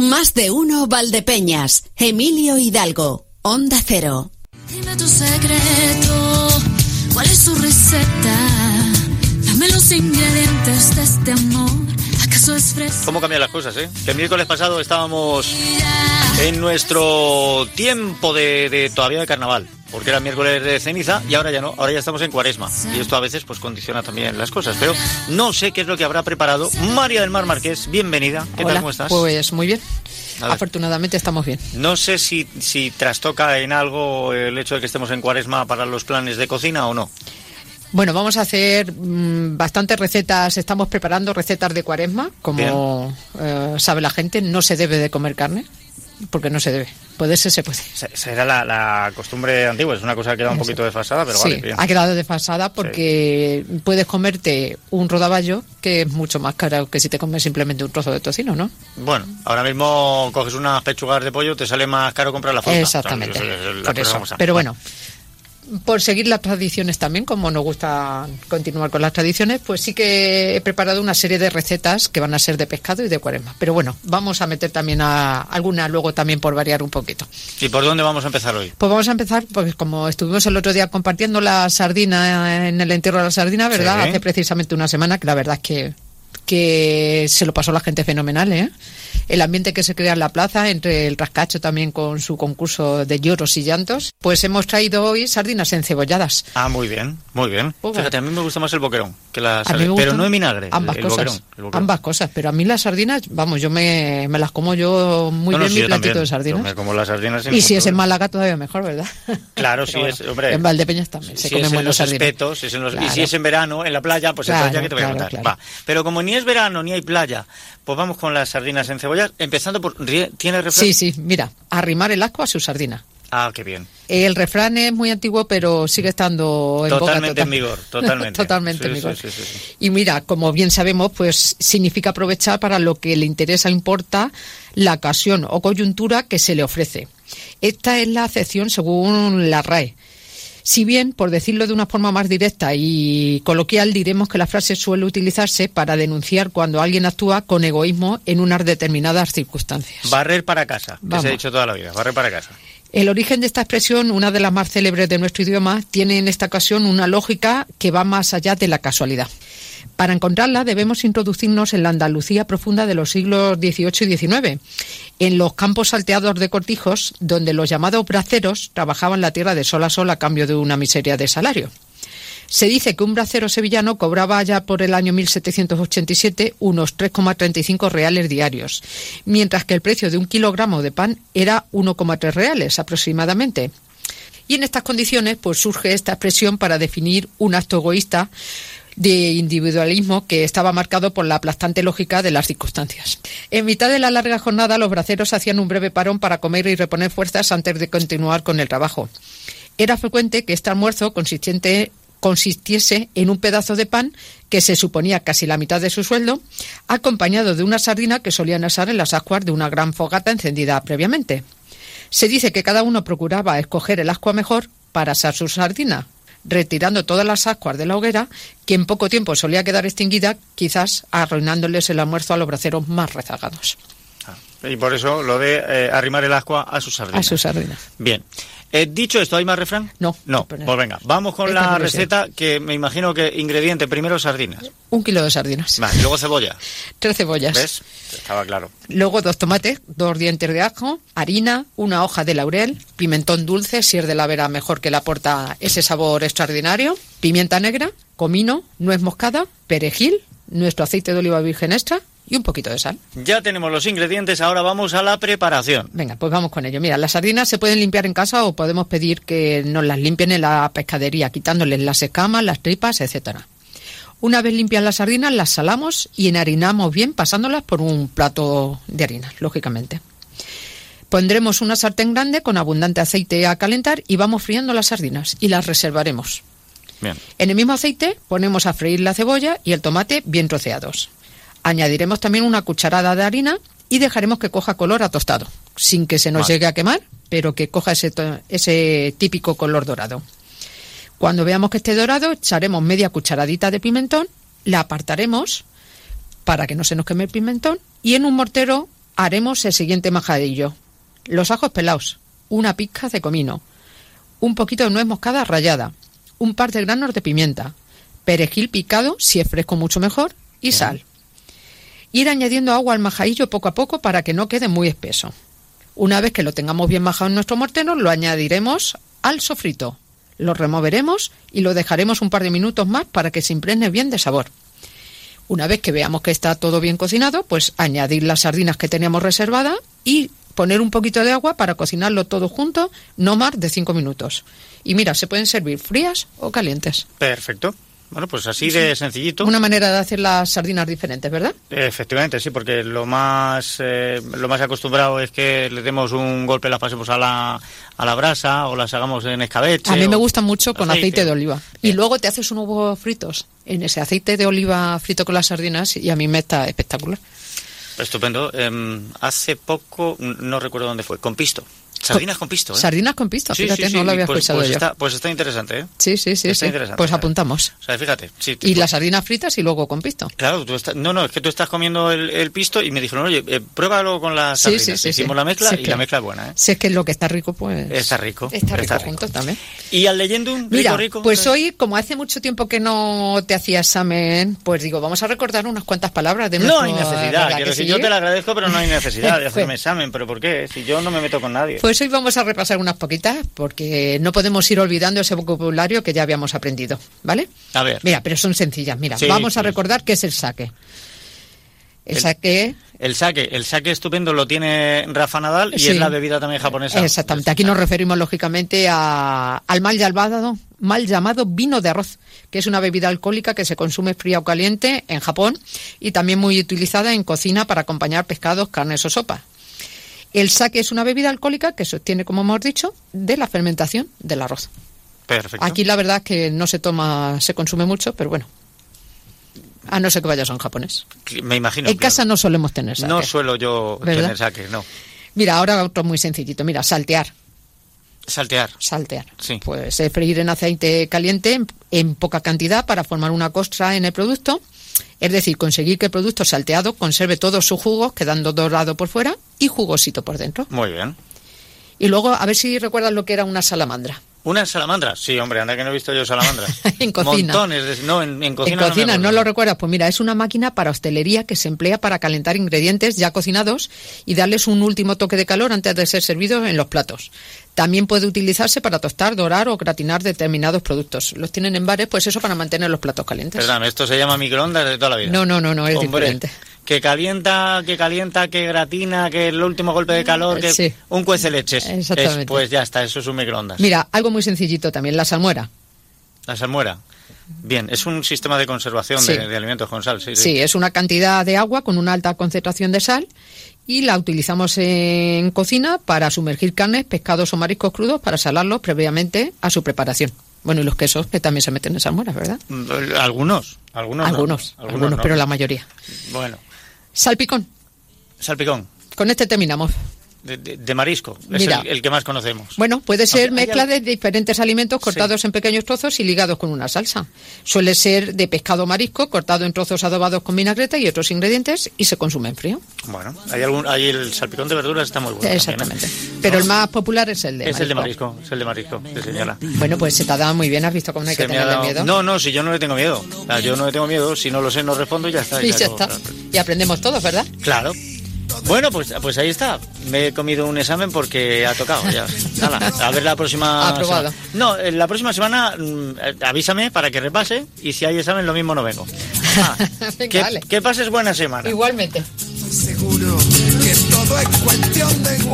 Más de uno Valdepeñas. Emilio Hidalgo. Onda Cero. Dime tu secreto, ¿cuál es su receta? Dame los ingredientes de este amor. ¿Acaso es fresco? ¿Cómo cambian las cosas, Que el miércoles pasado estábamos en nuestro tiempo de todavía de carnaval, porque era miércoles de ceniza y ahora ya no, ahora ya estamos en cuaresma. Y esto a veces pues condiciona también las cosas, pero no sé qué es lo que habrá preparado María del Mar Márquez. Bienvenida. ¿Qué tal, cómo estás? Pues muy bien. Afortunadamente estamos bien. No sé si trastoca en algo el hecho de que estemos en cuaresma para los planes de cocina o no. Bueno, vamos a hacer bastantes recetas, estamos preparando recetas de cuaresma, como sabe la gente, no se debe de comer carne, porque no se debe, poderse se puede. Será la costumbre antigua, es una cosa que queda un poquito desfasada, pero sí, vale. Bien. Ha quedado desfasada porque puedes comerte un rodaballo que es mucho más caro que si te comes simplemente un trozo de tocino, ¿no? Bueno, ahora mismo coges unas pechugas de pollo, te sale más caro comprar la fruta. Exactamente, por eso. Pero bueno, por seguir las tradiciones también, como nos gusta continuar con las tradiciones, pues sí que he preparado una serie de recetas que van a ser de pescado y de cuaresma. Pero bueno, vamos a meter también a alguna luego también por variar un poquito. ¿Y por dónde vamos a empezar hoy? Pues vamos a empezar, pues como estuvimos el otro día compartiendo la sardina en el entierro de la sardina, ¿verdad? Sí. Hace precisamente una semana, que la verdad es que se lo pasó la gente fenomenal, El ambiente que se crea en la plaza, entre el rascacho también con su concurso de lloros y llantos. Pues hemos traído hoy sardinas encebolladas. Ah, muy bien, muy bien. Fíjate, a mí me gusta más el boquerón que la sardina, pero no en vinagre. Ambas cosas. El boquerón. Ambas cosas, pero a mí las sardinas, vamos, yo me las como yo muy bien, mi platito también, de sardinas. Yo me como las sardinas. Y si es en Málaga todavía mejor, ¿verdad? Claro, sí, bueno, es, hombre. En Valdepeñas también se comen buenas sardinas. Espetos, claro. Y si es en verano, en la playa, pues entonces ya que te voy a contar. Claro. Va. Pero como ni es verano ni hay playa, pues vamos con las sardinas encebolladas, empezando por... ¿Tiene refrán? Sí, mira, arrimar el asco a su sardina. Ah, qué bien. El refrán es muy antiguo, pero sigue estando en totalmente en vigor, totalmente. Totalmente en vigor. Sí. Y mira, como bien sabemos, pues significa aprovechar para lo que le interesa o importa la ocasión o coyuntura que se le ofrece. Esta es la acepción según la RAE. Si bien, por decirlo de una forma más directa y coloquial, diremos que la frase suele utilizarse para denunciar cuando alguien actúa con egoísmo en unas determinadas circunstancias. Barrer para casa, que se ha dicho toda la vida, barrer para casa. El origen de esta expresión, una de las más célebres de nuestro idioma, tiene en esta ocasión una lógica que va más allá de la casualidad. Para encontrarla debemos introducirnos en la Andalucía profunda de los siglos XVIII y XIX, en los campos salteados de cortijos, donde los llamados braceros trabajaban la tierra de sol a sol a cambio de una miseria de salario. Se dice que un bracero sevillano cobraba ya por el año 1787 unos 3,35 reales diarios, mientras que el precio de un kilogramo de pan era 1,3 reales aproximadamente. Y en estas condiciones pues surge esta expresión para definir un acto egoísta de individualismo que estaba marcado por la aplastante lógica de las circunstancias. En mitad de la larga jornada, los braceros hacían un breve parón para comer y reponer fuerzas antes de continuar con el trabajo. Era frecuente que este almuerzo consistiese en un pedazo de pan, que se suponía casi la mitad de su sueldo, acompañado de una sardina que solían asar en las ascuas de una gran fogata encendida previamente. Se dice que cada uno procuraba escoger el ascua mejor para asar su sardina, retirando todas las ascuas de la hoguera, que en poco tiempo solía quedar extinguida, quizás arruinándoles el almuerzo a los braceros más rezagados. Y por eso lo de arrimar el ascua a sus sardinas. A sus sardinas. Bien. Dicho esto, ¿hay más refrán? No. Pues venga, vamos con la receta, que me imagino que ingrediente primero sardinas. 1 kilo de sardinas. Vale, y luego cebolla. 3 cebollas. ¿Ves? Estaba claro. Luego 2 tomates, 2 dientes de ajo, harina, 1 hoja de laurel, pimentón dulce, si es de la vera mejor, que le aporta ese sabor extraordinario, pimienta negra, comino, nuez moscada, perejil, nuestro aceite de oliva virgen extra y un poquito de sal. Ya tenemos los ingredientes, ahora vamos a la preparación. Venga, pues vamos con ello. Mira, las sardinas se pueden limpiar en casa o podemos pedir que nos las limpien en la pescadería, quitándoles las escamas, las tripas, etcétera. Una vez limpias las sardinas, las salamos y enharinamos bien, pasándolas por un plato de harina, lógicamente. Pondremos una sartén grande con abundante aceite a calentar y vamos friendo las sardinas y las reservaremos. Bien. En el mismo aceite ponemos a freír la cebolla y el tomate bien troceados. Añadiremos también una cucharada de harina y dejaremos que coja color a tostado, sin que se nos llegue a quemar, pero que coja ese típico color dorado. Cuando veamos que esté dorado, echaremos media cucharadita de pimentón, la apartaremos para que no se nos queme el pimentón y en un mortero haremos el siguiente majadillo. Los ajos pelados, una pizca de comino, un poquito de nuez moscada rallada, un par de granos de pimienta, perejil picado, si es fresco mucho mejor, y sal. Ir añadiendo agua al majadillo poco a poco para que no quede muy espeso. Una vez que lo tengamos bien majado en nuestro mortero, lo añadiremos al sofrito. Lo removeremos y lo dejaremos un par de minutos más para que se impregne bien de sabor. Una vez que veamos que está todo bien cocinado, pues añadir las sardinas que teníamos reservadas y poner un poquito de agua para cocinarlo todo junto, no más de 5 minutos. Y mira, se pueden servir frías o calientes. Perfecto. Bueno, pues así de sencillito. Una manera de hacer las sardinas diferentes, ¿verdad? Efectivamente, sí, porque lo más acostumbrado es que le demos un golpe, las pasemos a la brasa o las hagamos en escabeche. A mí me gustan mucho con aceite de oliva. Y luego te haces unos huevos fritos en ese aceite de oliva frito con las sardinas y a mí me está espectacular. Estupendo. Hace poco, no recuerdo dónde fue, con pisto. Sardinas con pisto, ¿eh? Sardinas con pisto, fíjate, no lo había escuchado yo. Pues está interesante, ¿eh? Sí. Interesante, pues apuntamos. O sea, fíjate. Sí, y las sardinas fritas y luego con pisto. Claro, es que tú estás comiendo el pisto y me dijeron, oye, pruébalo con las sardinas. Hicimos la mezcla y la mezcla es buena, ¿eh? Si es que lo que está rico, pues... Está rico. Está rico juntos también. ¿Y al leyendum? Mira, rico. Pues hoy, como hace mucho tiempo que no te hacía examen, pues digo, vamos a recordar unas cuantas palabras de nuestro... No hay necesidad, quiero decir, yo te lo agradezco, pero no hay necesidad de hacerme examen. ¿Pero por qué? Si yo no me meto con nadie. Pues hoy vamos a repasar unas poquitas, porque no podemos ir olvidando ese vocabulario que ya habíamos aprendido, ¿vale? A ver. Mira, pero son sencillas. Mira, vamos a recordar qué es el sake. El sake estupendo lo tiene Rafa Nadal y es la bebida también japonesa. Exactamente. Aquí nos referimos lógicamente al mal llamado vino de arroz, que es una bebida alcohólica que se consume fría o caliente en Japón y también muy utilizada en cocina para acompañar pescados, carnes o sopas. El sake es una bebida alcohólica que se obtiene, como hemos dicho, de la fermentación del arroz. Perfecto. Aquí la verdad es que no se consume mucho, pero bueno. A no ser que vayas a un japonés. Me imagino. En casa no solemos tener sake. No suelo yo tener sake, no. Mira, ahora otro muy sencillito. Mira, saltear. Saltear. Sí. Pues freír en aceite caliente en poca cantidad para formar una costra en el producto. Es decir, conseguir que el producto salteado conserve todos sus jugos, quedando dorado por fuera y jugosito por dentro. Muy bien. Y luego, a ver si recuerdas lo que era una salamandra. ¿Una salamandra? Sí, hombre, anda que no he visto yo salamandras. En cocina. Montones. En cocina. En cocina, no lo recuerdas. Pues mira, es una máquina para hostelería que se emplea para calentar ingredientes ya cocinados y darles un último toque de calor antes de ser servidos en los platos. También puede utilizarse para tostar, dorar o gratinar determinados productos. Los tienen en bares, pues eso, para mantener los platos calientes. Perdón, esto se llama microondas de toda la vida. No, es diferente. Que calienta, que gratina, que el último golpe de calor, que un cueceleches. Exactamente. Pues ya está, eso es un microondas. Mira, algo muy sencillito también, la salmuera. La salmuera. Bien, es un sistema de conservación de alimentos con sal. Sí, es una cantidad de agua con una alta concentración de sal y la utilizamos en cocina para sumergir carnes, pescados o mariscos crudos para salarlos previamente a su preparación. Bueno, y los quesos que también se meten en salmueras, ¿verdad? Algunos, pero la mayoría. Bueno. Salpicón. Con este terminamos. De marisco, Mira, es el que más conocemos. Bueno, puede ser mezcla de diferentes alimentos cortados en pequeños trozos y ligados con una salsa. Suele ser de pescado o marisco, cortado en trozos adobados con vinagreta y otros ingredientes y se consume en frío. Bueno, hay el salpicón de verduras está muy bueno. Exactamente. También, ¿eh? Pero el más popular es el de marisco. Es el de marisco, señora. Bueno, pues se te ha dado muy bien, has visto cómo no hay que tenerle miedo. No, si yo no le tengo miedo. Yo no le tengo miedo, si no lo sé no respondo y ya está. Y ya está. Y aprendemos todos, ¿verdad? Claro. Bueno, pues ahí está. Me he comido un examen porque ha tocado. Ya. A ver la próxima. Aprobado. No, la próxima semana avísame para que repase y si hay examen lo mismo no vengo. Venga, que pases buena semana. Igualmente. Seguro que todo es cuestión de